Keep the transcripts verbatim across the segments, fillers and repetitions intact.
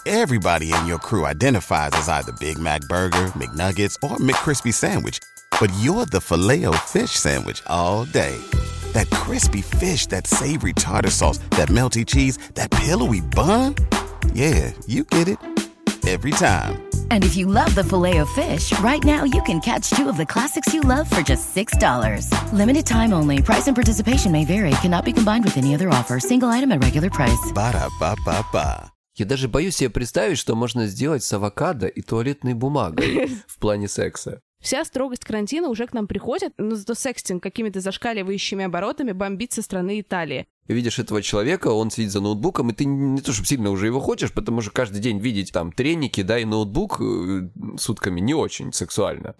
Everybody in your crew identifies as either Big Mac Burger, McNuggets, or McCrispy Sandwich. But you're the Filet-O-Fish Sandwich all day. That crispy fish, that savory tartar sauce, that melty cheese, that pillowy bun. Yeah, you get it. Every time. And if you love the Filet-O-Fish, right now you can catch two of the classics you love for just six dollars. Limited time only. Price and participation may vary. Cannot be combined with any other offer. Single item at regular price. Ba-da-ba-ba-ba. Я даже боюсь себе представить, что можно сделать с авокадо и туалетной бумагой в плане секса. Вся строгость карантина уже к нам приходит, но зато секстинг какими-то зашкаливающими оборотами бомбит со стороны Италии. Видишь этого человека, он сидит за ноутбуком, и ты не то, чтобы сильно уже его хочешь, потому что каждый день видеть там треники, да, и ноутбук сутками не очень сексуально.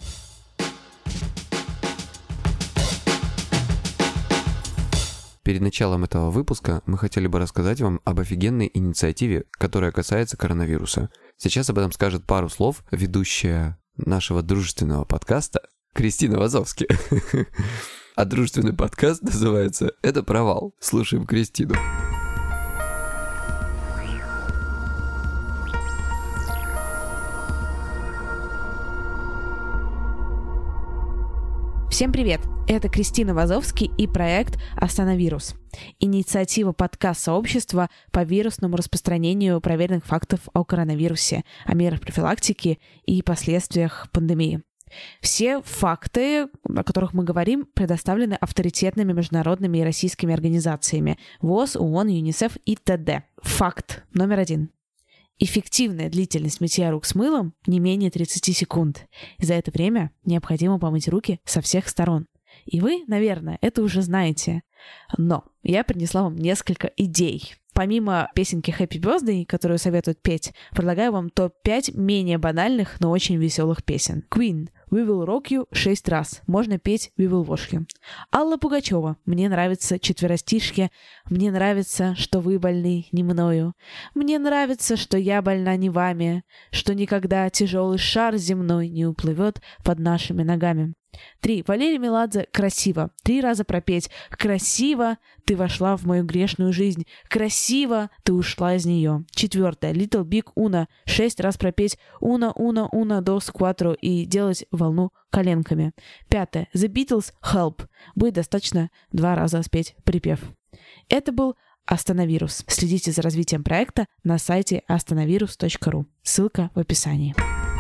Перед началом этого выпуска мы хотели бы рассказать вам об офигенной инициативе, которая касается коронавируса. Сейчас об этом скажет пару слов ведущая нашего дружественного подкаста Кристина Вазовски. А дружественный подкаст называется «Это провал». Слушаем Кристину. Всем привет! Это Кристина Вазовски и проект «Остановирус». Инициатива подкаст-сообщества по вирусному распространению проверенных фактов о коронавирусе, о мерах профилактики и последствиях пандемии. Все факты, о которых мы говорим, предоставлены авторитетными международными и российскими организациями ВОЗ, ООН, ЮНИСЕФ и т.д. Факт номер один. Эффективная длительность мытья рук с мылом не менее тридцать секунд. И за это время необходимо помыть руки со всех сторон. И вы, наверное, это уже знаете. Но я принесла вам несколько идей. Помимо песенки Happy Birthday, которую советуют петь, предлагаю вам топ пять менее банальных, но очень веселых песен. Queen «We will rock you» шесть раз. Можно петь «We will wash you». Алла Пугачева «Мне нравится четверостишье». «Мне нравится, что вы больны не мною». «Мне нравится, что я больна не вами». «Что никогда тяжелый шар земной не уплывет под нашими ногами». Три. Валерий Меладзе «Красиво». Три раза пропеть. «Красиво ты вошла в мою грешную жизнь». «Красиво ты ушла из нее». Четвертое. Little Big Uno. Шесть раз пропеть «Uno, uno, uno, dos, cuatro» и делать волну коленками. Пятое. The Beatles «Help». Будет достаточно два раза спеть припев. Это был Остановирус. Следите за развитием проекта на сайте остановирус точка ру. Ссылка в описании.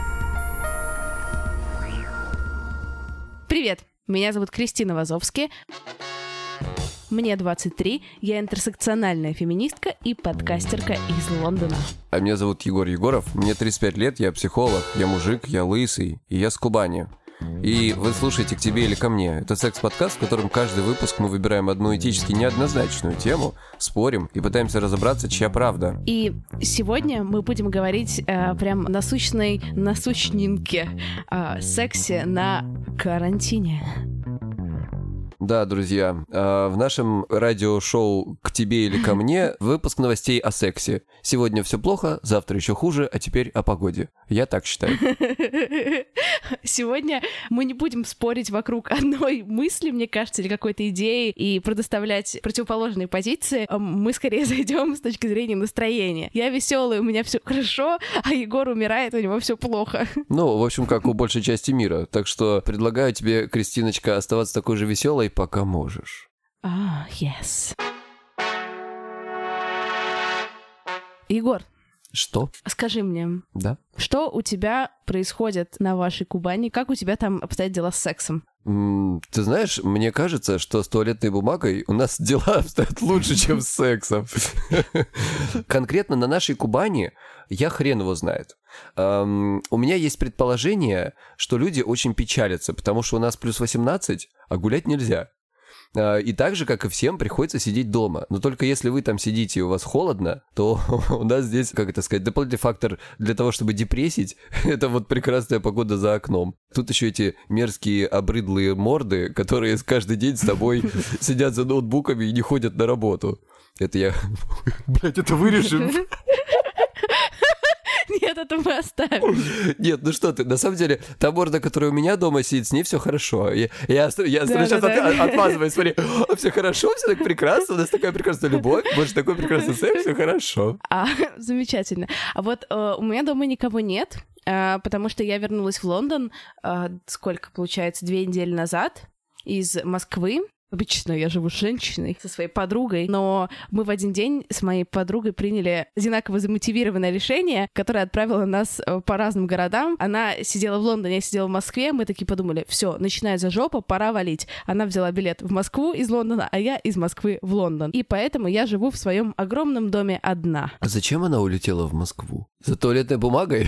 Привет, меня зовут Кристина Вазовски. Мне двадцать три, я интерсекциональная феминистка и подкастерка из Лондона. А меня зовут Егор Егоров, мне тридцать пять лет, я психолог, я мужик, я лысый, и я с Кубани. И вы слушаете «К тебе или ко мне». Это секс-подкаст, в котором каждый выпуск мы выбираем одну этически неоднозначную тему, спорим и пытаемся разобраться, чья правда. И сегодня мы будем говорить э, прям насущной насущненьке о сексе на карантине. Да, друзья, в нашем радиошоу «К тебе или ко мне» выпуск новостей о сексе. Сегодня все плохо, завтра еще хуже, а теперь о погоде. Я так считаю. Сегодня мы не будем спорить вокруг одной мысли, мне кажется, или какой-то идеи и предоставлять противоположные позиции. Мы скорее зайдем с точки зрения настроения. Я веселая, у меня все хорошо, а Егор умирает, у него все плохо. Ну, в общем, как у большей части мира. Так что предлагаю тебе, Кристиночка, оставаться такой же веселой, пока можешь. А, oh, yes. Егор. Что? Скажи мне. Да? Что у тебя происходит на вашей Кубани? Как у тебя там обстоят дела с сексом? Mm, ты знаешь, мне кажется, что с туалетной бумагой у нас дела обстоят лучше, чем с сексом. Конкретно на нашей Кубани я хрен его знает. Um, у меня есть предположение, что люди очень печалятся, потому что у нас плюс восемнадцать, а гулять нельзя. Uh, и так же, как и всем, приходится сидеть дома. Но только если вы там сидите и у вас холодно, то у нас здесь, как это сказать, дополнительный фактор для того, чтобы депрессить, это вот прекрасная погода за окном. Тут еще эти мерзкие обрыдлые морды, которые каждый день с тобой сидят за ноутбуками и не ходят на работу. Это я... Блять, это вырежем. Нет, Нет, это мы оставим. Нет, ну что ты, на самом деле, та морда, которая у меня дома сидит, с ней все хорошо. Я, я, я Да, сейчас да, от, да. отмазываюсь, смотри, все хорошо, все так прекрасно, у нас такая прекрасная любовь, больше такой прекрасный секс, все хорошо. А, замечательно. А вот э, у меня дома никого нет, э, потому что я вернулась в Лондон, э, сколько, получается, две недели назад из Москвы. Обычно я живу с женщиной, со своей подругой, но мы в один день с моей подругой приняли одинаково замотивированное решение, которое отправило нас по разным городам. Она сидела в Лондоне, я сидела в Москве, мы такие подумали, все, начинается жопа, пора валить. Она взяла билет в Москву из Лондона, а я из Москвы в Лондон. И поэтому я живу в своем огромном доме одна. А зачем она улетела в Москву? За туалетной бумагой?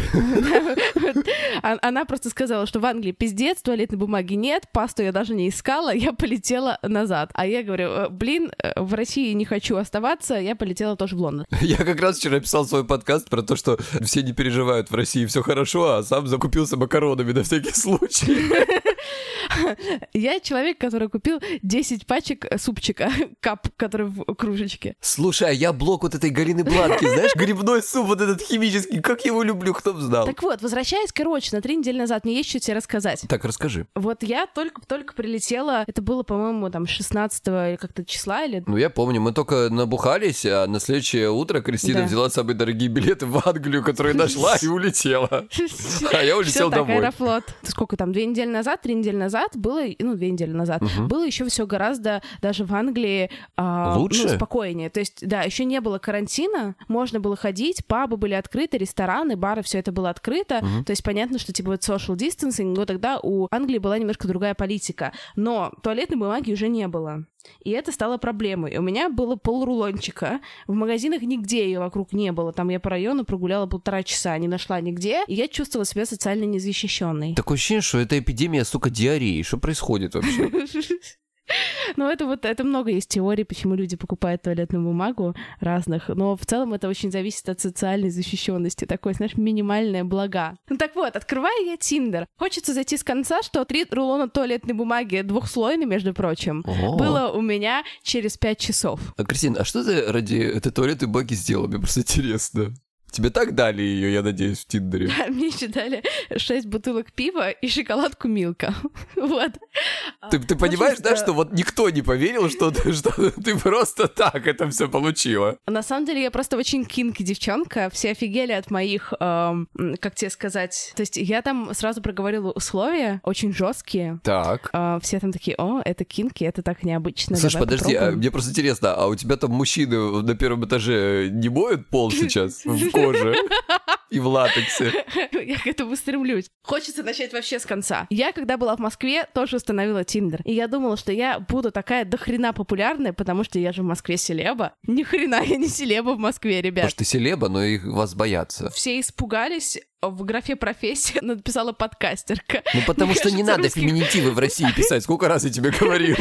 Она просто сказала, что в Англии пиздец, туалетной бумаги нет, пасту я даже не искала, я полетела назад. А я говорю, блин, в России не хочу оставаться, я полетела тоже в Лондон. Я как раз вчера писал свой подкаст про то, что все не переживают, в России все хорошо, а сам закупился макаронами на всякий случай. Я человек, который купил десять пачек супчика, кап, который в кружечке. Слушай, а я блок вот этой Галины Бланки, знаешь, грибной суп вот этот химический, как я его люблю, кто бы знал. Так вот, возвращаясь, короче, на три недели назад, мне есть что тебе рассказать. Так, расскажи. Вот я только-только прилетела, это было, по-моему, там, шестнадцатого или как-то числа, или... Ну, я помню, мы только набухались, а на следующее утро Кристина Да. взяла самые дорогие билеты в Англию, которые нашла, и улетела. А я улетел Всё так, домой. Аэрофлот. Сколько там, две недели назад, три недели назад было, ну, две недели назад, Мгм. было еще все гораздо даже в Англии а, Лучше? ну, спокойнее. То есть, да, еще не было карантина, можно было ходить, пабы были открыты, рестораны, бары, все это было открыто. Мгм. То есть понятно, что типа вот social distancing, но тогда у Англии была немножко другая политика. Но туалетной бумаги уже не было. И это стало проблемой. У меня было полрулончика. В магазинах нигде ее вокруг не было. Там я по району прогуляла полтора часа, не нашла нигде. И я чувствовала себя социально незащищенной. Такое ощущение, что это эпидемия, сука, диареи. Что происходит вообще? Ну, это вот, это много есть теорий, почему люди покупают туалетную бумагу разных, но в целом это очень зависит от социальной защищенности, такое, знаешь, минимальное блага. Ну так вот, открываю я Тиндер. Хочется зайти с конца, что три рулона туалетной бумаги, двухслойной, между прочим, О. было у меня через пять часов. А, Кристина, а что ты ради этой туалетной бумаги сделала? Мне просто интересно. Тебе так дали ее, я надеюсь, в Тиндере? Мне еще дали шесть бутылок пива и шоколадку Милка. Вот. Ты, ты понимаешь, да, что вот никто не поверил, что ты, что ты просто так это все получила? На самом деле я просто очень кинки девчонка. Все офигели от моих, эм, как тебе сказать... То есть я там сразу проговорила условия, очень жесткие. Так. Э, все там такие, о, это кинки, это так необычно. Слушай, давай подожди, а попробуем». мне просто интересно, а у тебя там мужчины на первом этаже не моют пол сейчас в коже и в латексе? Я к этому стремлюсь. Хочется начать вообще с конца. Я, когда была в Москве, тоже установила Тиндер. И я думала, что я буду такая дохрена популярная, потому что я же в Москве селеба. Ни хрена я не селеба в Москве, ребят. Потому что ты селеба, но их вас боятся. Все испугались. В графе профессия написала подкастерка. Ну потому что не Кажется, надо русских- феминитивы в России писать. Сколько раз я тебе говорил?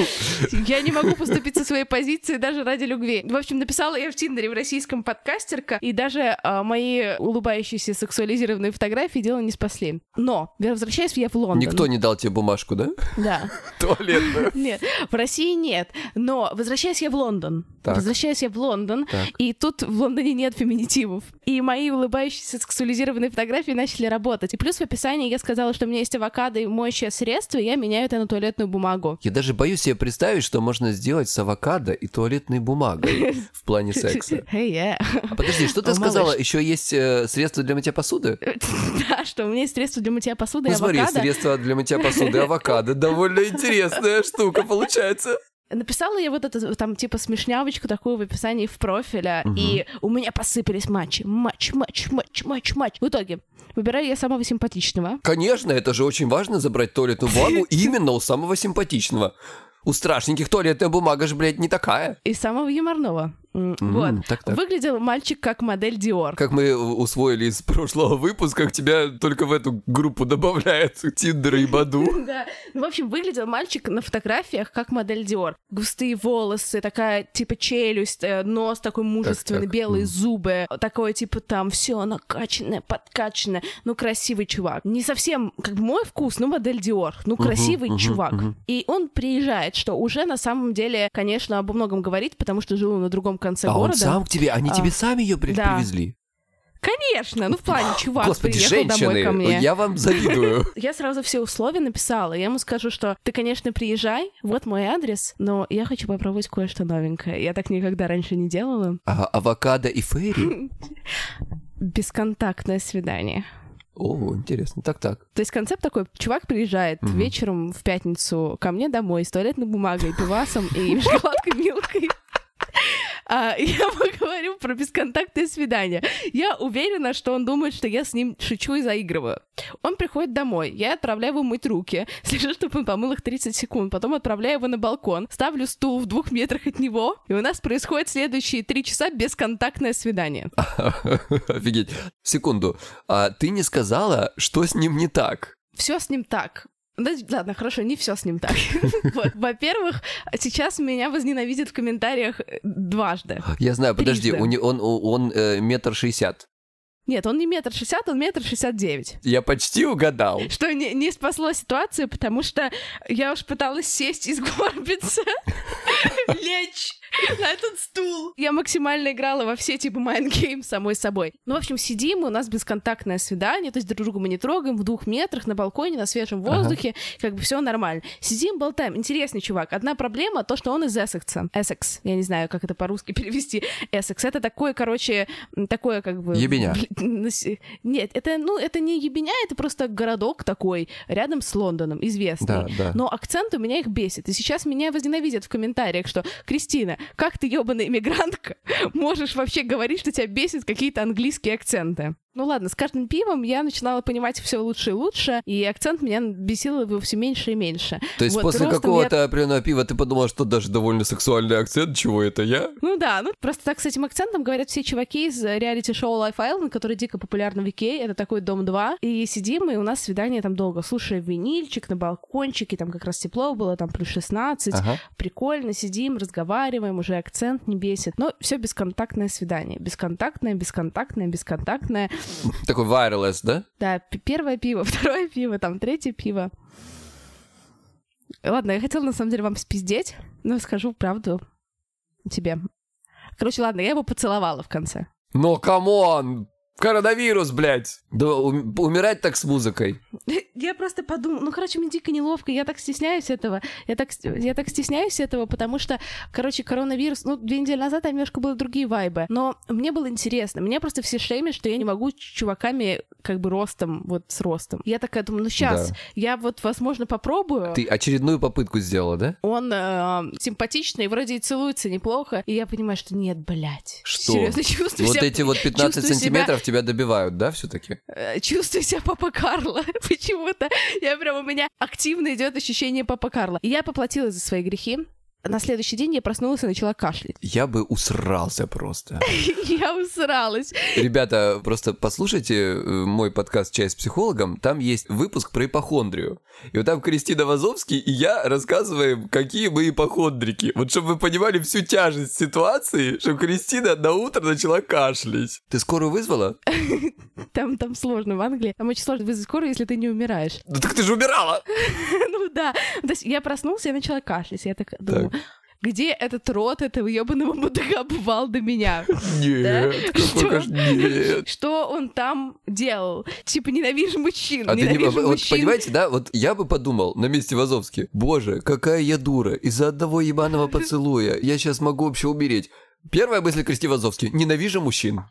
Я не могу поступить со своей позиции даже ради любви. В общем, написала я в Тиндере в российском подкастерка, и даже а, мои улыбающиеся сексуализированные фотографии дело не спасли. Но, возвращаясь я в Лондон. Никто не дал тебе бумажку, да? Да. Туалетную. Нет, в России нет. Но возвращаясь я в Лондон. Так. Возвращаясь я в Лондон, Так. и тут в Лондоне нет феминитивов. И мои улыбающиеся сексуализированные фотографии начали работать. И плюс в описании я сказала, что у меня есть авокадо и моющее средство, и я меняю это на туалетную бумагу. Я даже боюсь себе представить, что можно сделать с авокадо и туалетной бумагой в плане секса. Hey, yeah. А подожди, что ты О, сказала? малыш. Еще есть э, средства для мытья посуды? Да, что у меня есть средство для мытья посуды и Ну смотри, авокадо. средства для мытья посуды и авокадо. Довольно интересная штука получается. Написала я вот эту там типа смешнявочку такую в описании в профиле, Мгм. и у меня посыпались матчи. Матч, матч, матч, матч, матч. В итоге выбираю я самого симпатичного. Конечно, это же очень важно забрать туалетную бумагу именно у самого симпатичного. У страшненьких туалетная бумага же, блядь, не такая. И самого юморного. М, М, Вот. так-так. Выглядел мальчик как модель Dior. Как мы усвоили из прошлого выпуска, тебя только в эту группу добавляют Тиндера и Баду. Да. Ну, в общем, выглядел мальчик на фотографиях как модель Dior. Густые волосы, такая типа челюсть, э, нос такой мужественный, так. белые Мгм. зубы, такое типа там все накачанное, подкачанное. Ну, красивый чувак. Не совсем как бы мой вкус, но модель Dior. Ну, красивый мгм, чувак. мгм. И он приезжает, что уже на самом деле, конечно, обо многом говорит, потому что жил на другом конце А он города. сам к тебе? Они А, тебе сами ее да. привезли? Конечно, ну в плане, чувак Господи, приехал женщины, домой ко мне. Я вам завидую. Я сразу все условия написала. Я ему скажу, что ты, конечно, приезжай, вот мой адрес, но я хочу попробовать кое-что новенькое. Я так никогда раньше не делала. А, авокадо и фейри? Бесконтактное свидание. О, интересно. Так-так. То есть концепт такой: чувак приезжает Мгм. вечером в пятницу ко мне домой с туалетной бумагой, пивасом и шоколадкой Милкой. А, я ему говорю про бесконтактное свидание. Я уверена, что он думает, что я с ним шучу и заигрываю. Он приходит домой, я отправляю его мыть руки, слежу, чтобы он помыл их тридцать секунд, потом отправляю его на балкон, ставлю стул в двух метрах от него, и у нас происходит следующие три часа бесконтактное свидание. Офигеть. Секунду. А ты не сказала, что с ним не так? Все с ним так. Да, ладно, хорошо, не все с ним так. Вот, во-первых, сейчас меня возненавидят в комментариях дважды. Я знаю, подожди, Трижды. у не- он, он, он э, метр шестьдесят. Нет, он не метр шестьдесят, он метр шестьдесят девять. Я почти угадал. Что не, не спасло ситуацию, потому что я уж пыталась сесть и сгорбиться, лечь на этот стул. Я максимально играла во все типа mind games самой собой. Ну, в общем, сидим, у нас бесконтактное свидание, то есть друг друга мы не трогаем, в двух метрах на балконе, на свежем воздухе, как бы все нормально. Сидим, болтаем. Интересный чувак. Одна проблема, то, что он из Эссекса. Эссекс. Я не знаю, как это по-русски перевести. Эссекс. Это такое, короче, такое как бы... Ебеня. Нет, это, ну, это не ебеня, это просто городок такой, рядом с Лондоном, известный. Да, да. Но акцент у меня их бесит. И сейчас меня возненавидят в комментариях, что «Кристина, как ты, ёбаная иммигрантка, можешь вообще говорить, что тебя бесит какие-то английские акценты?» Ну ладно, с каждым пивом я начинала понимать все лучше и лучше, и акцент меня бесил его все меньше и меньше. То есть Вот, после ростом какого-то я- определенного пива ты подумал, что даже довольно сексуальный акцент, чего это я? Ну да, ну просто так с этим акцентом говорят все чуваки из реалити-шоу Life Island, который дико популярен в Икее, это такой Дом два, и сидим, и у нас свидание там долго, слушая винильчик на балкончике, там как раз тепло было, там плюс шестнадцать, Ага. прикольно, сидим, разговариваем, уже акцент не бесит, но все бесконтактное свидание, бесконтактное, бесконтактное, бесконтактное. Такой wireless, да? Да, п- первое пиво, второе пиво, там третье пиво. Ладно, я хотела на самом деле вам спиздеть, но скажу правду тебе. Короче, ладно, я его поцеловала в конце. Но камон! Коронавирус, блядь! Да ум- умирать так с музыкой. Я просто подумала, ну, короче, мне дико неловко, я так стесняюсь этого, я так, ст- я так стесняюсь этого, потому что, короче, коронавирус, ну, две недели назад там немножко были другие вайбы, но мне было интересно, меня просто все шеймят, что я не могу с чуваками как бы ростом, вот с ростом. Я такая думаю, ну, сейчас, Да. я вот, возможно, попробую. Ты очередную попытку сделала, да? Он э, симпатичный, вроде и целуется неплохо, и я понимаю, что нет, блядь. Что? Серьезно, чувствую Вот себя... эти вот пятнадцать чувствую себя- сантиметров тебя добивают, да, все-таки? э, Чувствую себя Папа Карло. Почему-то я прям, у меня активно идет ощущение Папа Карло. И я поплатилась за свои грехи. На следующий день я проснулась и начала кашлять. Я бы усрался просто. Я усралась. Ребята, просто послушайте э, мой подкаст «Чай с психологом». Там есть выпуск про ипохондрию. И вот там Кристина Вазовский и я рассказываем, какие мы ипохондрики. Вот чтобы вы понимали всю тяжесть ситуации, что Кристина на утро начала кашлять. Ты скорую вызвала? Там, там сложно в Англии. Там очень сложно вызвать скорую, если ты не умираешь. Ну так ты же умирала! Ну да. То есть я проснулась, я начала кашлять. Я так думаю, где этот рот этого ебаного мудака бывал до меня? Нет, какой Что? каш- нет. Что он там делал? Типа, ненавижу мужчин, А ты не, ненавижу вот мужчин. понимаете, да, вот я бы подумал на месте Вазовски, боже, какая я дура, из-за одного ебаного поцелуя я сейчас могу вообще умереть. Первая мысль Кристины Вазовски, ненавижу мужчин.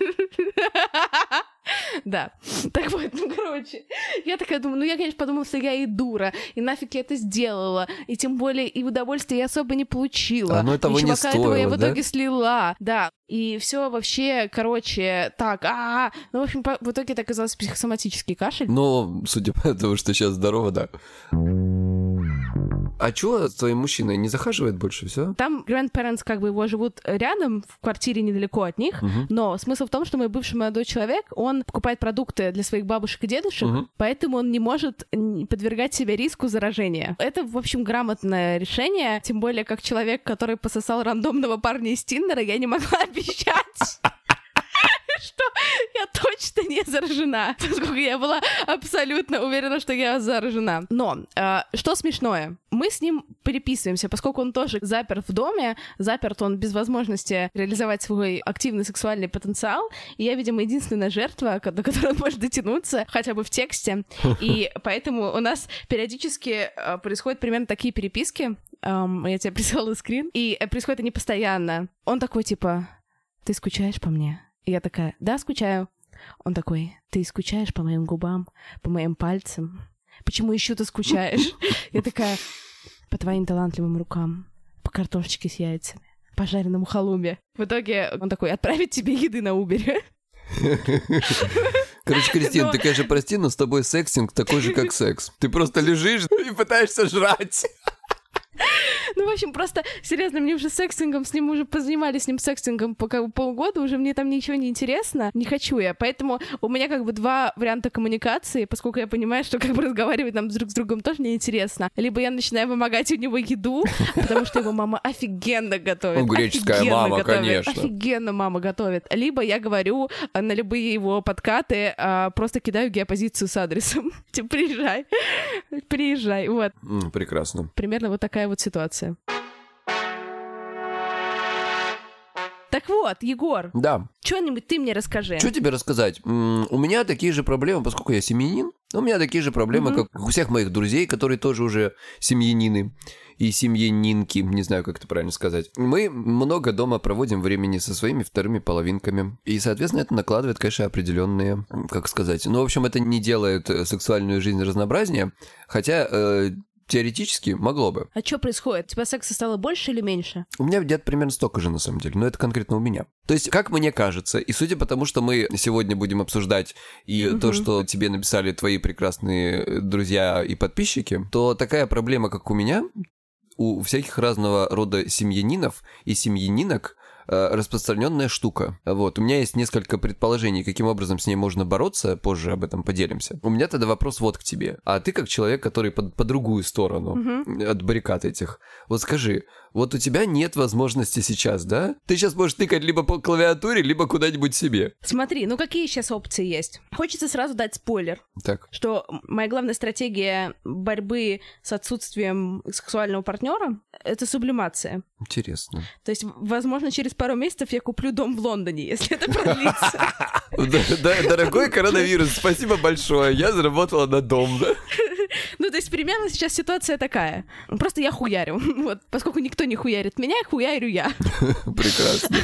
Да. Так вот, ну, короче, я такая думаю, ну, я, конечно, подумала, что я и дура, и нафиг я это сделала, и тем более и удовольствия я особо не получила. Оно того и не чувака этого я в стоило, да? итоге слила, да. И все вообще, короче, так, а, ну, в общем, по- в итоге это оказался психосоматический кашель. Но, судя по тому, что сейчас здорово, да. А чё с твоим мужчиной не захаживает больше, все? Там grandparents как бы его живут рядом, в квартире недалеко от них, Мгм. но смысл в том, что мой бывший молодой человек, он покупает продукты для своих бабушек и дедушек, Мгм. поэтому он не может н- подвергать себя риску заражения. Это, в общем, грамотное решение, тем более как человек, который пососал рандомного парня из Тиндера, я не могла обещать, что я точно не заражена, поскольку я была абсолютно уверена, что я заражена. Но э, что смешное? Мы с ним переписываемся, поскольку он тоже заперт в доме, заперт он без возможности реализовать свой активный сексуальный потенциал, и я, видимо, единственная жертва, до которой он может дотянуться, хотя бы в тексте, и поэтому у нас периодически э, происходят примерно такие переписки, эм, я тебе присылала скрин, и происходят они постоянно. Он такой, типа, ты скучаешь по мне? И я такая, да, скучаю. Он такой, ты скучаешь по моим губам, по моим пальцам? Почему еще ты скучаешь? Я такая, по твоим талантливым рукам, по картошечке с яйцами, по жареному халуме. В итоге он такой, отправить тебе еды на Убере. Короче, Кристина, но... ты, конечно, прости, но с тобой сексинг такой же, как секс. Ты просто лежишь и пытаешься жрать. Ну, в общем, просто, серьезно, мне уже секстингом, с ним уже позанимались с ним секстингом по полгода, уже мне там ничего не интересно, не хочу я. Поэтому у меня как бы два варианта коммуникации, поскольку я понимаю, что как бы разговаривать нам друг с другом тоже неинтересно. Либо я начинаю вымогать у него еду, потому что его мама офигенно готовит. Ну, греческая мама, готовит, конечно. Офигенно мама готовит. Либо я говорю на любые его подкаты, просто кидаю геопозицию с адресом. Типа, приезжай, приезжай, вот. Прекрасно. Примерно вот такая вот ситуация. Так вот, Егор, да. Что-нибудь ты мне расскажи. Что тебе рассказать? М-м, у меня такие же проблемы, поскольку я семьянин, у меня такие же проблемы, mm-hmm. как у всех моих друзей, которые тоже уже семьянины и семьянинки, не знаю, как это правильно сказать. Мы много дома проводим времени со своими вторыми половинками, и, соответственно, это накладывает, конечно, определенные, как сказать, ну, в общем, это не делает сексуальную жизнь разнообразнее, хотя... Э, теоретически могло бы. А что происходит? У тебя секса стало больше или меньше? У меня где-то примерно столько же, на самом деле, но это конкретно у меня. То есть, как мне кажется, и судя по тому, что мы сегодня будем обсуждать, и угу. то, что тебе написали твои прекрасные друзья и подписчики, то такая проблема, как у меня, у всяких разного рода семьянинов и семьянинок, распространенная штука. Вот. У меня есть несколько предположений, каким образом с ней можно бороться, позже об этом поделимся. У меня тогда вопрос вот к тебе. А ты как человек, который по, по другую сторону uh-huh. от баррикад этих, вот скажи, вот у тебя нет возможности сейчас, да? Ты сейчас можешь тыкать либо по клавиатуре, либо куда-нибудь себе. Смотри, ну какие сейчас опции есть? Хочется сразу дать спойлер, так. что моя главная стратегия борьбы с отсутствием сексуального партнера — это сублимация. Интересно. То есть, возможно, через пару месяцев я куплю дом в Лондоне, если это продлится. Дорогой коронавирус, спасибо большое, я заработала на дом, да? Ну, то есть, примерно сейчас ситуация такая. Просто я хуярю. Вот, поскольку никто не хуярит меня, хуярю я. Прекрасно.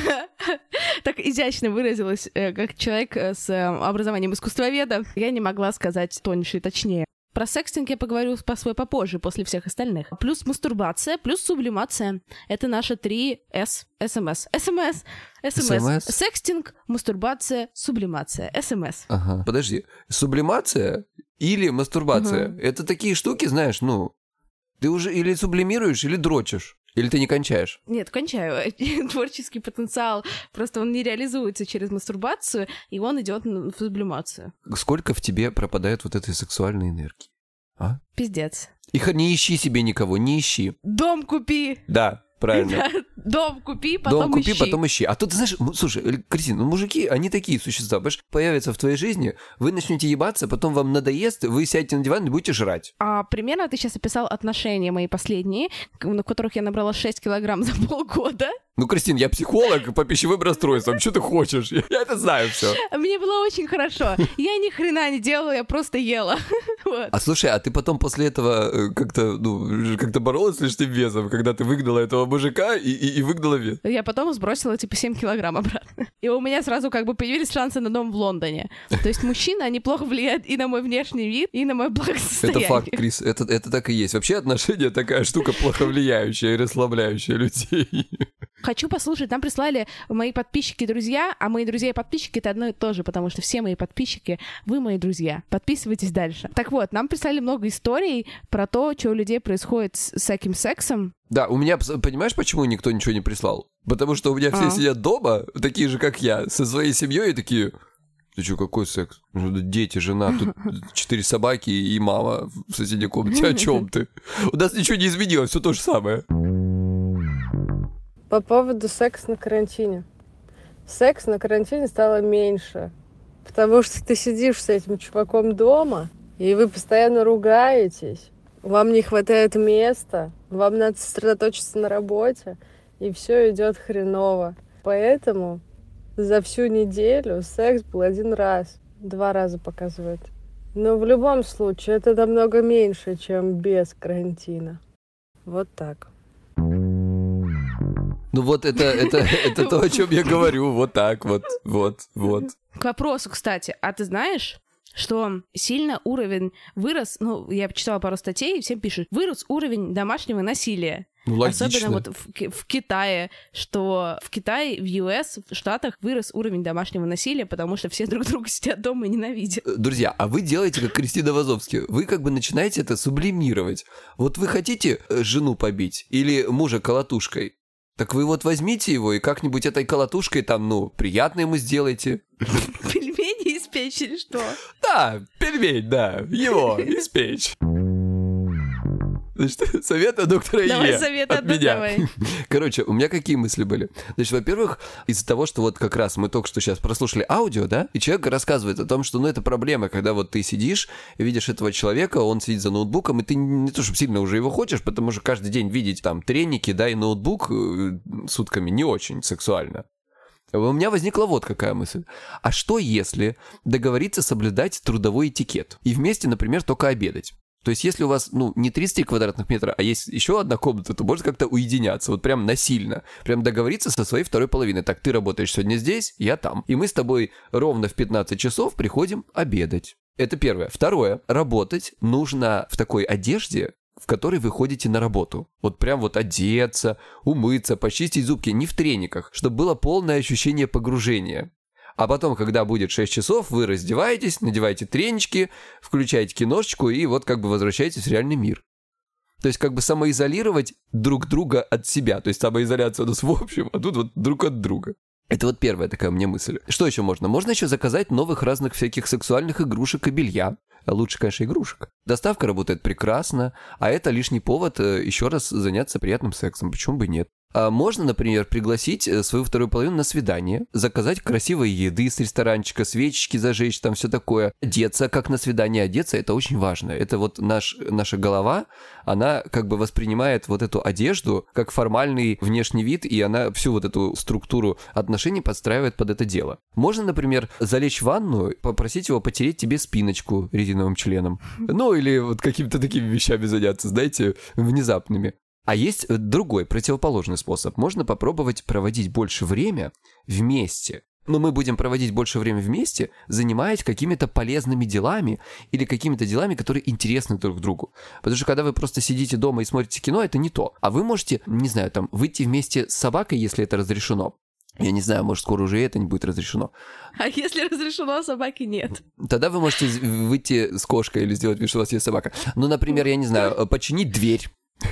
Так изящно выразилась, как человек с образованием искусствоведа. Я не могла сказать тоньше и точнее. Про секстинг я поговорю по свой попозже, после всех остальных. Плюс мастурбация, плюс сублимация. Это наши три С. СМС. СМС. СМС. Секстинг, мастурбация, сублимация. СМС. Ага. Подожди. Сублимация или мастурбация? Угу. Это такие штуки, знаешь, ну... Ты уже или сублимируешь, или дрочишь. Или ты не кончаешь? Нет, кончаю. Творческий потенциал, просто он не реализуется через мастурбацию, и он идет в сублимацию. Сколько в тебе пропадает вот этой сексуальной энергии? А? Пиздец. Их не ищи себе никого, не ищи. Дом купи. Да. Правильно. Дом купи, потом Дом купи, ищи. потом ищи. А тут, знаешь, слушай, Кристина, ну мужики, они такие существа, понимаешь, появятся в твоей жизни, вы начнете ебаться, потом вам надоест, вы сядете на диван и будете жрать. А примерно ты сейчас описал отношения мои последние, на которых я набрала шесть килограмм за полгода. Ну, Кристин, я психолог по пищевым расстройствам, что ты хочешь? Я, я это знаю все. Мне было очень хорошо. Я ни хрена не делала, я просто ела. Вот. А слушай, а ты потом после этого как-то, ну, как-то боролась с лишним весом, когда ты выгнала этого мужика и, и, и выгнала вес? Я потом сбросила типа семь килограмм обратно. И у меня сразу как бы появились шансы на дом в Лондоне. То есть мужчина неплохо влияет и на мой внешний вид, и на мое благосостояние. Это факт, Крис, это, это так и есть. Вообще отношения такая штука плохо влияющая и расслабляющая людей. Хочу послушать, нам прислали мои подписчики и друзья, а мои друзья и подписчики — это одно и то же, потому что все мои подписчики, вы мои друзья. Подписывайтесь дальше. Так вот, нам прислали много историй про то, что у людей происходит с всяким сексом. Да, у меня, понимаешь, почему никто ничего не прислал? Потому что у меня все а. сидят дома, такие же, как я, со своей семьей, и такие... Ты что, какой секс? Дети, жена, тут четыре собаки и мама в соседней комнате. О чем ты? У нас ничего не изменилось, все то же самое. По поводу секса на карантине. Секс на карантине стало меньше. Потому что ты сидишь с этим чуваком дома, и вы постоянно ругаетесь, вам не хватает места, вам надо сосредоточиться на работе, и все идет хреново. Поэтому за всю неделю секс был один раз, два раза показывает. Но в любом случае это намного меньше, чем без карантина. Вот так. Ну вот это, это, это то, о чем я говорю. Вот так вот, вот, вот. К вопросу, кстати, а ты знаешь, что сильно уровень вырос, ну, я почитала пару статей, и всем пишут, вырос уровень домашнего насилия. Ну, логично. Особенно вот в, в Китае, что в Китае, в ю эс, в Штатах вырос уровень домашнего насилия, потому что все друг друга сидят дома и ненавидят. Друзья, а вы делаете, как Кристина Вазовски, вы как бы начинаете это сублимировать. Вот вы хотите жену побить или мужа колотушкой? Так вы вот возьмите его и как-нибудь этой колотушкой там, ну, приятно ему сделайте. Пельмени испечь или что? Да, пельмень, да, его испечь. Значит, совет от доктора Давай Е. совет от от меня. давай. Короче, у меня какие мысли были? Значит, во-первых, из-за того, что вот как раз мы только что сейчас прослушали аудио, да, и человек рассказывает о том, что, ну, это проблема, когда вот ты сидишь и видишь этого человека, он сидит за ноутбуком, и ты не то, чтобы сильно уже его хочешь, потому что каждый день видеть там треники, да, и ноутбук сутками не очень сексуально. У меня возникла вот какая мысль. А что если договориться соблюдать трудовой этикет и вместе, например, только обедать? То есть, если у вас, ну, не тридцать квадратных метров, а есть еще одна комната, то можно как-то уединяться, вот прям насильно, прям договориться со своей второй половиной. Так, ты работаешь сегодня здесь, я там. И мы с тобой ровно в пятнадцать часов приходим обедать. Это первое. Второе. Работать нужно в такой одежде, в которой вы ходите на работу. Вот прям вот одеться, умыться, почистить зубки, не в трениках, чтобы было полное ощущение погружения. А потом, когда будет шесть часов, вы раздеваетесь, надеваете тренички, включаете киношечку и вот как бы возвращаетесь в реальный мир. То есть как бы самоизолировать друг друга от себя. То есть самоизоляция у нас в общем, а тут вот друг от друга. Это вот первая такая у меня мысль. Что еще можно? Можно еще заказать новых разных всяких сексуальных игрушек и белья. Лучше, конечно, игрушек. Доставка работает прекрасно, а это лишний повод еще раз заняться приятным сексом. Почему бы нет? А можно, например, пригласить свою вторую половину на свидание, заказать красивой еды с ресторанчика, свечечки зажечь, там все такое. Одеться, как на свидание одеться, это очень важно. Это вот наш, наша голова, она как бы воспринимает вот эту одежду как формальный внешний вид, и она всю вот эту структуру отношений подстраивает под это дело. Можно, например, залечь в ванну, попросить его потереть тебе спиночку резиновым членом. Ну, или вот какими-то такими вещами заняться, знаете, внезапными. А есть другой, противоположный способ. Можно попробовать проводить больше время вместе. Но мы будем проводить больше времени вместе, занимаясь какими-то полезными делами или какими-то делами, которые интересны друг другу. Потому что когда вы просто сидите дома и смотрите кино, это не то. А вы можете, не знаю, там, выйти вместе с собакой, если это разрешено. Я не знаю, может, скоро уже это не будет разрешено. А если разрешено, а собаки нет? Тогда вы можете выйти с кошкой или сделать вид, что у вас есть собака. Ну, например, я не знаю, починить дверь.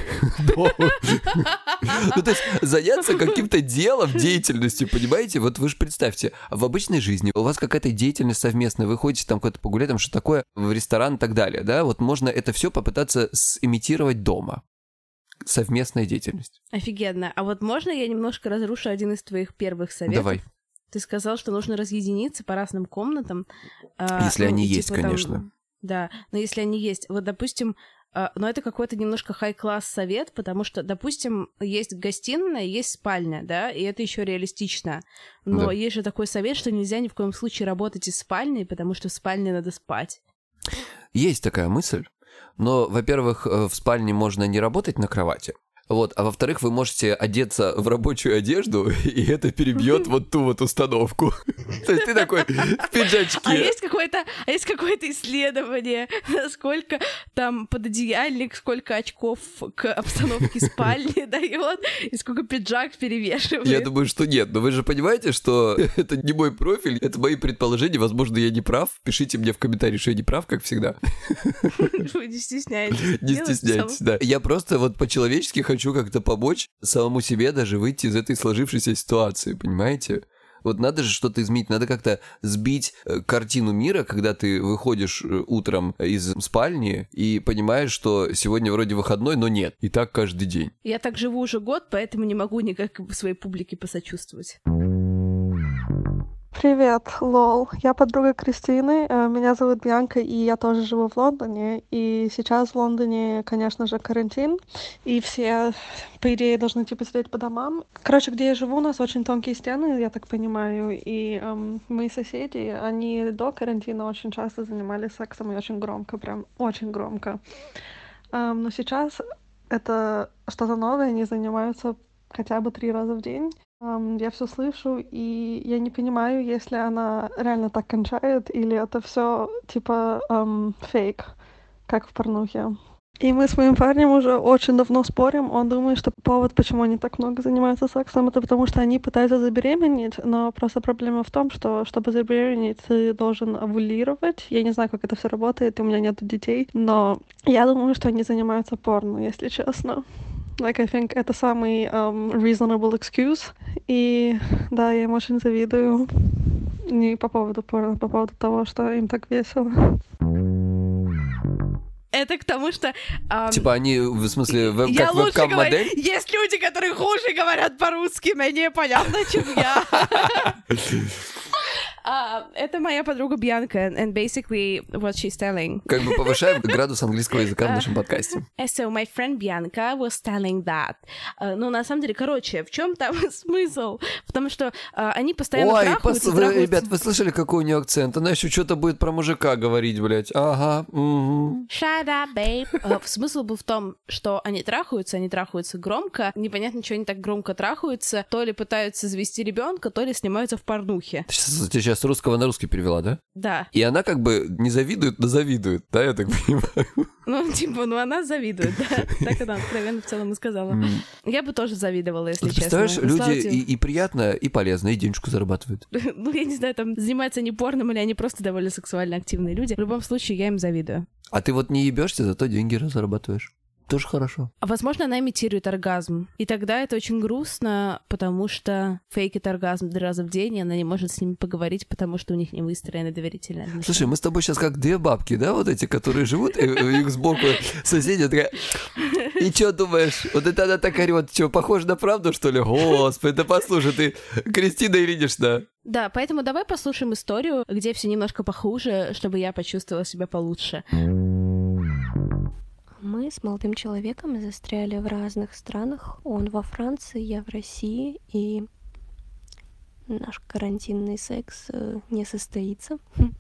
Ну, то есть заняться каким-то делом, деятельностью, понимаете? Вот вы же представьте, в обычной жизни у вас какая-то деятельность совместная, вы ходите там куда-то погулять, там что такое, в ресторан и так далее, да? Вот можно это все попытаться симитировать дома. Совместная деятельность. Офигенно. А вот можно я немножко разрушу один из твоих первых советов? Давай. Ты сказал, что нужно разъединиться по разным комнатам. Если ну, они типа, есть, там, конечно. Да, но если они есть. Вот, допустим, но это какой-то немножко хай-класс совет, потому что, допустим, есть гостиная, есть спальня, да, и это еще реалистично. Но да. Есть же такой совет, что нельзя ни в коем случае работать из спальни, потому что в спальне надо спать. Есть такая мысль, но, во-первых, в спальне можно не работать на кровати. Вот, а во-вторых, вы можете одеться в рабочую одежду, и это перебьет вот ту вот установку. То есть ты такой в пиджачке. А есть какое-то, а есть какое-то исследование, сколько там пододеяльник, сколько очков к обстановке спальни дает, и сколько пиджак перевешивает? Я думаю, что нет, но вы же понимаете, что это не мой профиль, это мои предположения, возможно, я не прав. Пишите мне в комментариях, что я не прав, как всегда. Вы не стесняйтесь. Не стесняйтесь, да. Я просто вот по-человечески хочу Хочу как-то помочь самому себе даже выйти из этой сложившейся ситуации, понимаете? Вот надо же что-то изменить, надо как-то сбить картину мира, когда ты выходишь утром из спальни и понимаешь, что сегодня вроде выходной, но нет. И так каждый день. Я так живу уже год, поэтому не могу никак своей публике посочувствовать. Привет, лол. Я подруга Кристины, э, меня зовут Бьянка, и я тоже живу в Лондоне. И сейчас в Лондоне, конечно же, карантин, и все, по идее, должны типа сидеть по домам. Короче, где я живу, у нас очень тонкие стены, я так понимаю, и эм, мои соседи, они до карантина очень часто занимались сексом и очень громко, прям очень громко. Эм, но сейчас это что-то новое, они занимаются хотя бы три раза в день. Ам, я все слышу, и я не понимаю, если она реально так кончает, или это все типа ам, фейк, как в порнухе. И мы с моим парнем уже очень давно спорим. Он думает, что повод, почему они так много занимаются сексом, это потому что они пытаются забеременеть, но просто проблема в том, что чтобы забеременеть, ты должен овулировать. Я не знаю, как это все работает, и у меня нет детей, но я думаю, что они занимаются порно, если честно. Like, I think это самый um, reasonable excuse. И да, я им очень завидую. Не по поводу порно, по поводу того, что им так весело. Это к тому, что... эм, Типа они, в смысле, веб- я как лучше вебкам-модель? говорю. Есть люди, которые хуже говорят по-русски, менее понятно, чем я. А, это моя подруга Бьянка, and basically what she's telling. Как бы повышаем градус английского языка в нашем подкасте. So my friend Bianca was telling that. Uh, ну, на самом деле, короче, в чем там смысл? Потому что uh, они постоянно Ой, трахаются, пос- вы, трахаются. ребят, вы слышали, какой у нее акцент? Она еще что-то будет про мужика говорить, блядь. Ага, угу. Shut up, babe. Uh, смысл был в том, что они трахаются, они трахаются громко. Непонятно, что они так громко трахаются. То ли пытаются завести ребенка, то ли снимаются в порнухе. Ты сейчас, ты сейчас с русского на русский перевела, да? Да. И она как бы не завидует, но завидует, да, я так понимаю? Ну, типа, ну она завидует, да. Так она откровенно в целом и сказала. Я бы тоже завидовала, если Ты честно. представляешь, Ну, слава люди тебе. и, и приятно, и полезно, и денежку зарабатывают. Ну, я не знаю, там занимаются не порном, или они просто довольно сексуально активные люди. В любом случае, я им завидую. А ты вот не ебешься, зато деньги зарабатываешь. Тоже хорошо. А возможно, она имитирует оргазм. И тогда это очень грустно, потому что фейкит оргазм три раза в день, и она не может с ними поговорить, потому что у них не выстроены доверительные отношения. Слушай, мы с тобой сейчас как две бабки, да, вот эти, которые живут, и у них сбоку соседи такая... И что думаешь? Вот это она так орёт. Что, похоже на правду, что ли? Господи, да послушай, ты Кристина Ильинична. Да, поэтому давай послушаем историю, где все немножко похуже, чтобы я почувствовала себя получше. Мы с молодым человеком застряли в разных странах. Он во Франции, я в России, и наш карантинный секс э, не состоится.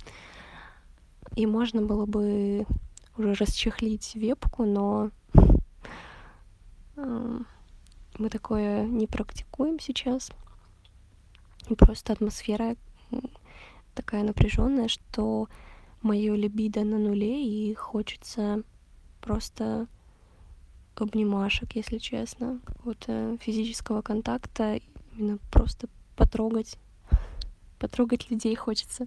И можно было бы уже расчехлить вебку, но э, мы такое не практикуем сейчас. И просто атмосфера такая напряженная, что мое либидо на нуле, и хочется просто обнимашек, если честно, какого-то физического контакта, именно просто потрогать, потрогать людей хочется.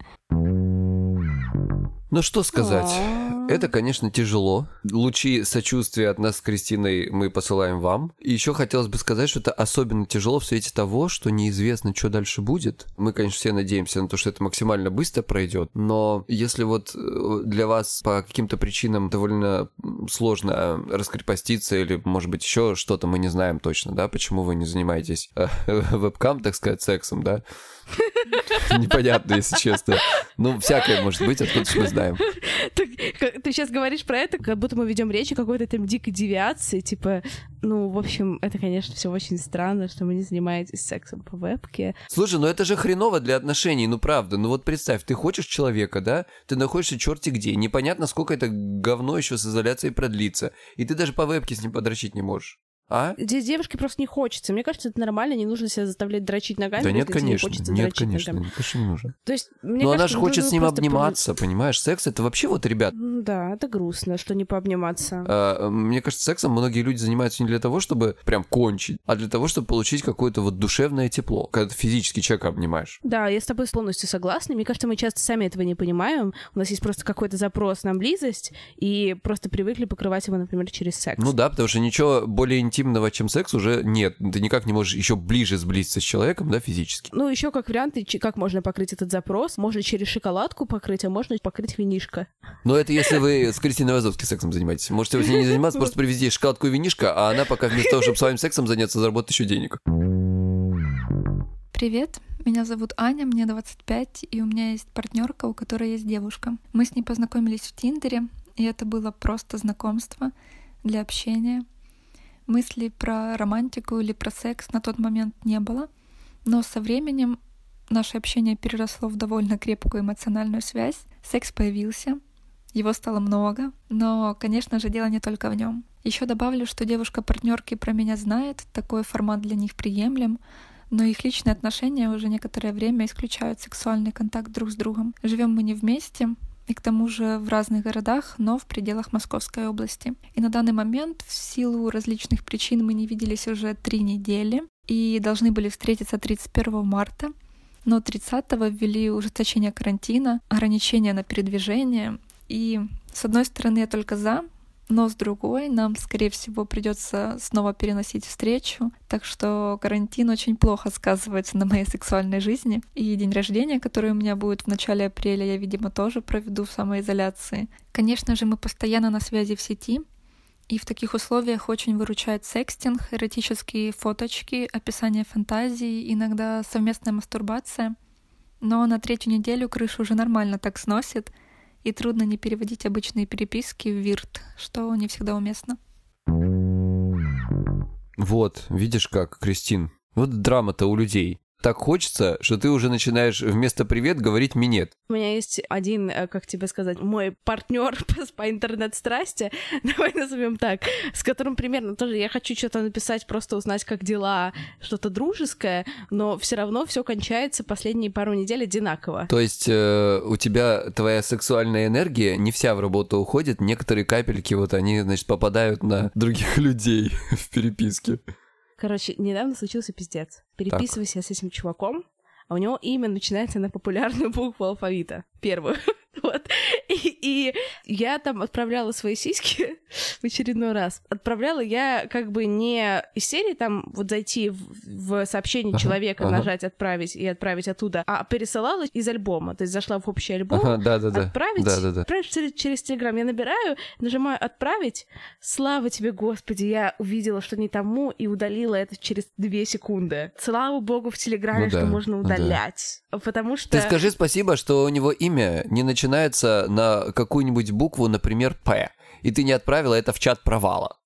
Ну что сказать, это, конечно, тяжело. Лучи сочувствия от нас с Кристиной мы посылаем вам. И еще хотелось бы сказать, что это особенно тяжело в свете того, что неизвестно, что дальше будет. Мы, конечно, все надеемся на то, что это максимально быстро пройдет, но если вот для вас по каким-то причинам довольно сложно раскрепоститься или, может быть, еще что-то, мы не знаем точно, да, почему вы не занимаетесь э, вебкам, так сказать, сексом, да? Непонятно, если честно. Ну, всякое может быть, откуда мы знаем. Так, ты сейчас говоришь про это, как будто мы ведем речь о какой-то там дикой девиации, типа, ну, в общем, это, конечно, все очень странно, что вы не занимаетесь сексом по вебке. Слушай, ну это же хреново для отношений, ну правда. Ну вот представь, ты хочешь человека, да? Ты находишься черти где, непонятно, сколько это говно еще с изоляцией продлится, и ты даже по вебке с ним подрочить не можешь. А? Здесь девушке просто не хочется. Мне кажется, это нормально, не нужно себя заставлять дрочить ногами. Да нет, если тебе не конечно, хочется нет, дрочить конечно, ногами. конечно, не нужно. То есть, мне Но кажется, она же хочет нужно с ним просто обниматься, понимаешь? Секс — это вообще вот, ребят... пов- Да, это грустно, что не пообниматься. а, мне кажется, сексом многие люди занимаются не для того, чтобы прям кончить, а для того, чтобы получить какое-то вот душевное тепло, когда ты физически человека обнимаешь. Да, я с тобой полностью согласна. Мне кажется, мы часто сами этого не понимаем. У нас есть просто какой-то запрос на близость, и просто привыкли покрывать его, например, через секс. Ну да, потому что ничего более интимного, чем секс, уже нет. Ты никак не можешь еще ближе сблизиться с человеком, да, физически. Ну, еще как вариант, и как можно покрыть этот запрос? Можно через шоколадку покрыть, а можно покрыть винишко. Но это если вы с Кристиной Вазовской сексом занимаетесь. Можете с ней не заниматься, просто привезти шоколадку и винишко, а она пока вместо того, чтобы с вами сексом заняться, заработает еще денег. Привет, Меня зовут Аня, мне двадцать пять, и у меня есть партнерка, у которой есть девушка. Мы с ней познакомились в Тиндере, и это было просто знакомство для общения. Мыслей про романтику или про секс на тот момент не было, но со временем наше общение переросло в довольно крепкую эмоциональную связь. Секс появился, его стало много, но, конечно же, дело не только в нем. Еще добавлю, что девушка партнерки про меня знает, такой формат для них приемлем, но их личные отношения уже некоторое время исключают сексуальный контакт друг с другом. Живем мы не вместе, и к тому же в разных городах, но в пределах Московской области. И на данный момент в силу различных причин мы не виделись уже три недели и должны были встретиться тридцать первого марта, но тридцатого ввели ужесточение карантина, ограничения на передвижение, и с одной стороны я только за, но с другой нам, скорее всего, придется снова переносить встречу, так что карантин очень плохо сказывается на моей сексуальной жизни. И день рождения, который у меня будет в начале апреля, я, видимо, тоже проведу в самоизоляции. Конечно же, мы постоянно на связи в сети, и в таких условиях очень выручает секстинг, эротические фоточки, описание фантазий, иногда совместная мастурбация. Но на третью неделю крышу уже нормально так сносит, и трудно не переводить обычные переписки в вирт, что не всегда уместно. Вот, видишь как, Кристин, вот драма-то у людей. Так хочется, что ты уже начинаешь вместо «привет» говорить «минет». У меня есть один, как тебе сказать, мой партнер по интернет-страсти, давай назовем так, с которым примерно тоже я хочу что-то написать, просто узнать, как дела, что-то дружеское, но все равно все кончается последние пару недель одинаково. То есть э, у тебя твоя сексуальная энергия не вся в работу уходит, некоторые капельки вот они, значит, попадают на других людей в переписке. Короче, недавно случился пиздец. Переписываюсь я с этим чуваком, а у него имя начинается на популярную букву алфавита. Первую. Вот. И, и я там отправляла свои сиськи в очередной раз. Отправляла я как бы не из серии там вот зайти в, в сообщение ага, человека, ага. нажать «отправить» и отправить оттуда, а пересылала из альбома. То есть зашла в общий альбом, ага, да, да, да. отправить, да, да, да. отправить через, через Телеграм. Я набираю, нажимаю «отправить». Слава тебе, Господи, я увидела, что не тому, и удалила это через две секунды. Слава Богу в Телеграме, ну, что да, можно удалять. Да. Потому что... Ты скажи спасибо, что у него имя не начинается начинается на какую-нибудь букву, например, «П», и ты не отправила это в чат провала.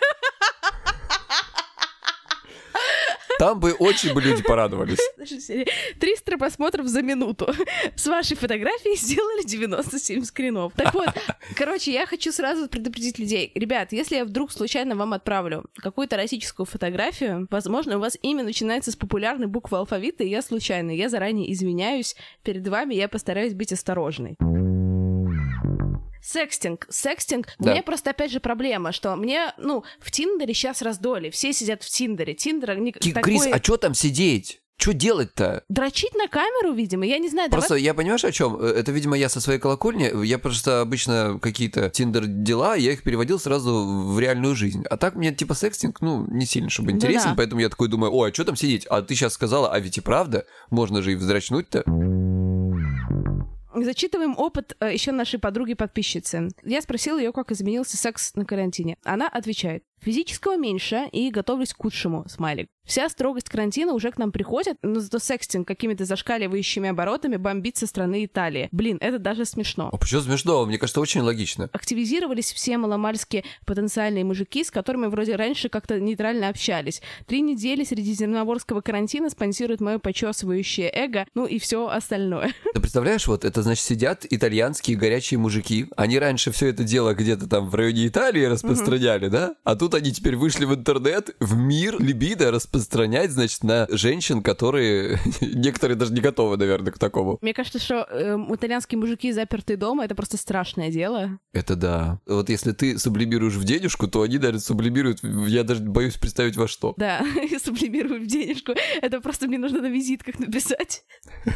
Там бы очень бы люди порадовались. триста просмотров за минуту. С вашей фотографией сделали девяносто семь скринов. Так вот, короче, я хочу сразу предупредить людей. Ребят, если я вдруг случайно вам отправлю какую-то эротическую фотографию, возможно, у вас имя начинается с популярной буквы алфавита, и я случайно. Я заранее извиняюсь перед вами, я постараюсь быть осторожной. Секстинг. Секстинг. Да. У меня просто, опять же, проблема, что мне, ну, в Тиндере сейчас раздолье. Все сидят в Тиндере. Тиндер... Не... Крис, такой... а что там сидеть? Что делать-то? Дрочить на камеру, видимо, я не знаю. Просто давай... я понимаешь, о чем? Это, видимо, я со своей колокольни, я просто обычно какие-то Тиндер-дела, я их переводил сразу в реальную жизнь. А так мне, типа, секстинг, ну, не сильно, чтобы интересен, да-да. Поэтому я такой думаю, ой, а что там сидеть? А ты сейчас сказала, а ведь и правда, можно же и вздрачнуть-то. Зачитываем опыт э, еще нашей подруги-подписчицы. Я спросила ее, как изменился секс на карантине. Она отвечает: физического меньше и готовлюсь к худшему, смайлик. Вся строгость карантина уже к нам приходит, но зато секстинг какими-то зашкаливающими оборотами бомбит со стороны Италии. Блин, это даже смешно. А почему смешно? Мне кажется, очень логично. Активизировались все маломальские потенциальные мужики, с которыми вроде раньше как-то нейтрально общались. Три недели средиземноморского карантина спонсирует мое почесывающее эго, ну и все остальное. Ты представляешь, вот это значит сидят итальянские горячие мужики. Они раньше все это дело где-то там в районе Италии распространяли, угу. да? А тут они теперь вышли в интернет, в мир, либидо распространять, значит, на женщин, которые... Некоторые даже не готовы, наверное, к такому. Мне кажется, что э, итальянские мужики, запертые дома, это просто страшное дело. Это да. Вот если ты сублимируешь в денежку, то они даже сублимируют, я даже боюсь представить во что. Да, сублимируют в денежку. Это просто мне нужно на визитках написать.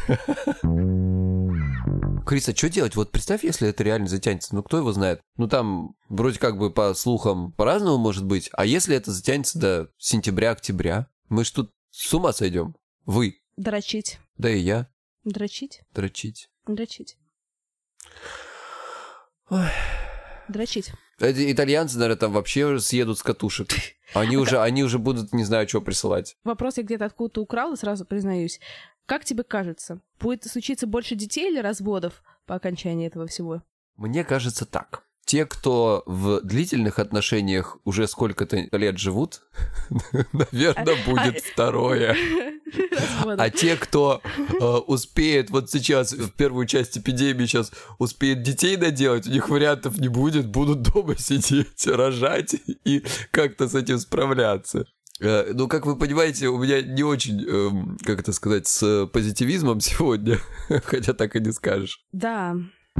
Крис, а что делать? Вот представь, если это реально затянется. Ну, кто его знает? Ну, там вроде как бы по слухам по-разному может быть. А если это затянется до сентября-октября? Мы ж тут с ума сойдем. Вы. Дрочить. Да и я. Дрочить? Дрочить. Дрочить. Ой. Дрочить. Эти итальянцы, наверное, там вообще уже съедут с катушек. Они уже, они уже будут не знаю, что присылать. Вопрос я где-то откуда-то украла, сразу признаюсь. Как тебе кажется, будет случиться больше детей или разводов по окончании этого всего? Мне кажется так. Те, кто в длительных отношениях уже сколько-то лет живут, наверное, будет второе. А те, кто э, успеет вот сейчас, в первую часть эпидемии сейчас, успеет детей наделать, у них вариантов не будет, будут дома сидеть, рожать и как-то с этим справляться. Э, ну, как вы понимаете, у меня не очень, э, как это сказать, с позитивизмом сегодня, хотя так и не скажешь. Да.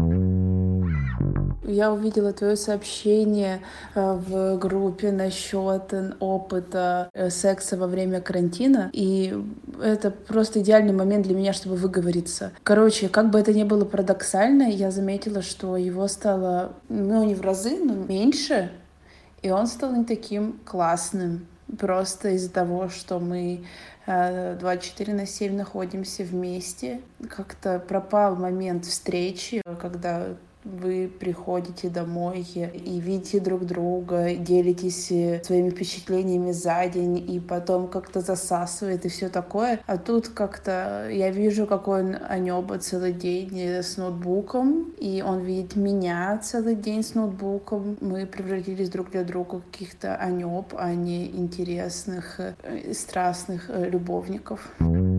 Я увидела твое сообщение в группе насчет опыта секса во время карантина, и это просто идеальный момент для меня, чтобы выговориться. Короче, как бы это ни было парадоксально, я заметила, что его стало, ну, не в разы, но меньше, и он стал не таким классным. Просто из-за того, что мы двадцать четыре на семь находимся вместе, как-то пропал момент встречи, когда вы приходите домой и видите друг друга, делитесь своими впечатлениями за день, и потом как-то засасывает и все такое. А тут как-то я вижу, какой он анёба целый день с ноутбуком, и он видит меня целый день с ноутбуком. Мы превратились друг для друга в каких-то анёб, а не интересных, страстных любовников.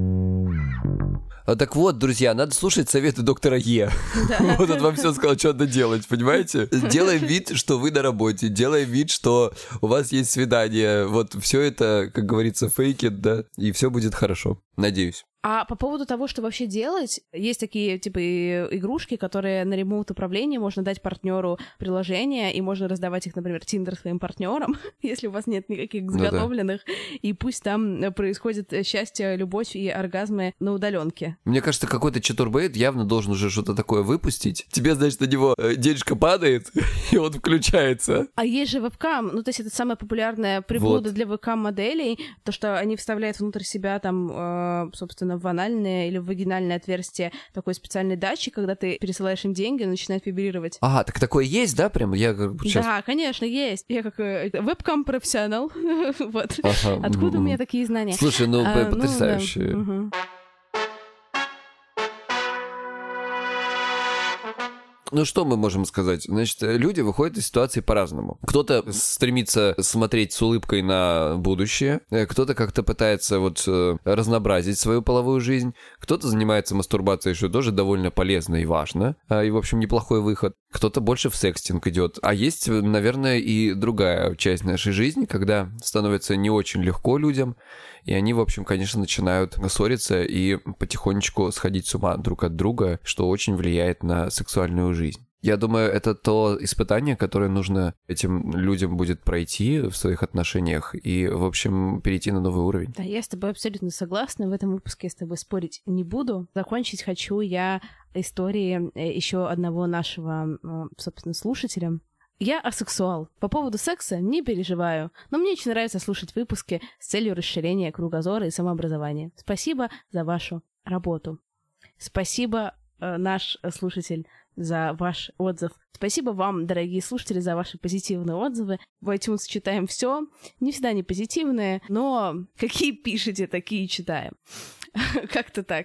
А так вот, друзья, надо слушать советы доктора Е. Да. Вот он вам все сказал, что надо делать, понимаете? Делаем вид, что вы на работе, делаем вид, что у вас есть свидание. Вот все это, как говорится, фейкит, да, и все будет хорошо. Надеюсь. А по поводу того, что вообще делать, есть такие, типа, игрушки, которые на ремоут-управлении можно дать партнеру приложение, и можно раздавать их, например, Тиндер своим партнерам, если у вас нет никаких заготовленных, ну, да. И пусть там происходит счастье, любовь и оргазмы на удаленке. Мне кажется, какой-то чатурбейт явно должен уже что-то такое выпустить. Тебе, значит, на него денежка падает, и он включается. А есть же вебкам, ну, то есть это самая популярная приблуда вот. Для вебкам-моделей, то, что они вставляют внутрь себя там, собственно, в анальное или в вагинальное отверстие такой специальный датчик, когда ты пересылаешь им деньги, он начинает вибрировать. Ага, так такое есть, да, прям? Я как бы сейчас... Да, конечно, есть. Я как вебкам-профессионал. Вот. Ага. Откуда у меня такие знания? Слушай, ну, а, потрясающе. Ну, да. Угу. Ну, что мы можем сказать? Значит, люди выходят из ситуации по-разному. Кто-то стремится смотреть с улыбкой на будущее, кто-то как-то пытается вот разнообразить свою половую жизнь, кто-то занимается мастурбацией, что тоже довольно полезно и важно, и, в общем, неплохой выход. Кто-то больше в секстинг идет. А есть, наверное, и другая часть нашей жизни, когда становится не очень легко людям, и они, в общем, конечно, начинают ссориться и потихонечку сходить с ума друг от друга, что очень влияет на сексуальную жизнь. Я думаю, это то испытание, которое нужно этим людям будет пройти в своих отношениях и, в общем, перейти на новый уровень. Да, я с тобой абсолютно согласна. В этом выпуске я с тобой спорить не буду. Закончить хочу я историей еще одного нашего, собственно, слушателя. Я асексуал. По поводу секса не переживаю, но мне очень нравится слушать выпуски с целью расширения кругозора и самообразования. Спасибо за вашу работу. Спасибо, наш слушатель, за ваш отзыв. Спасибо вам, дорогие слушатели, за ваши позитивные отзывы. В iTunes читаем все, не всегда не позитивные, но какие пишете, такие читаем. Как-то так.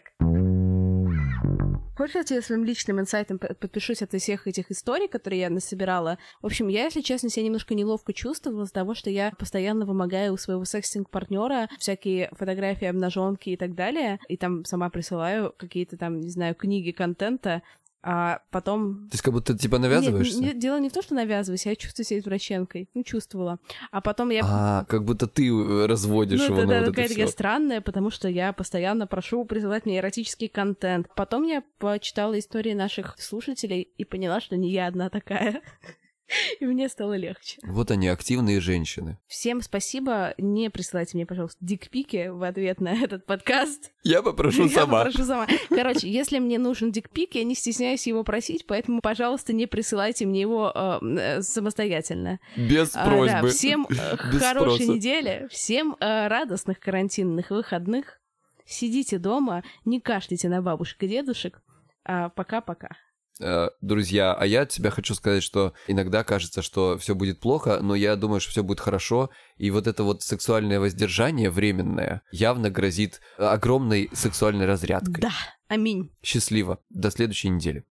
Хочешь, я тебе своим личным инсайтом подпишусь от всех этих историй, которые я насобирала? В общем, я, если честно, себя немножко неловко чувствовала из-за того, что я постоянно вымогаю у своего секстинг-партнера всякие фотографии, обнаженки и так далее, и там сама присылаю какие-то там, не знаю, книги контента, а потом... То есть как будто типа навязываешься? Нет, нет, дело не в том, что навязываюсь, я чувствую себя извращенкой. Ну, чувствовала. А потом я... А, как будто ты разводишь ну, его это, на да, вот какая-то это я всё. странная, потому что я постоянно прошу присылать мне эротический контент. Потом я почитала истории наших слушателей и поняла, что не я одна такая. И мне стало легче. Вот они, активные женщины. Всем спасибо. Не присылайте мне, пожалуйста, дикпики в ответ на этот подкаст. Я попрошу я сама. Я попрошу сама. Короче, если мне нужен дикпик, я не стесняюсь его просить, поэтому, пожалуйста, не присылайте мне его э, самостоятельно. Без просьбы. А, да, всем э, Без хорошей спроса. недели, всем э, радостных карантинных выходных. Сидите дома, не кашляйте на бабушек и дедушек. А, пока-пока. Э, друзья, а я от себя хочу сказать, что иногда кажется, что все будет плохо, но я думаю, что все будет хорошо, и вот это вот сексуальное воздержание временное явно грозит огромной сексуальной разрядкой. Да, аминь. Счастливо. До следующей недели.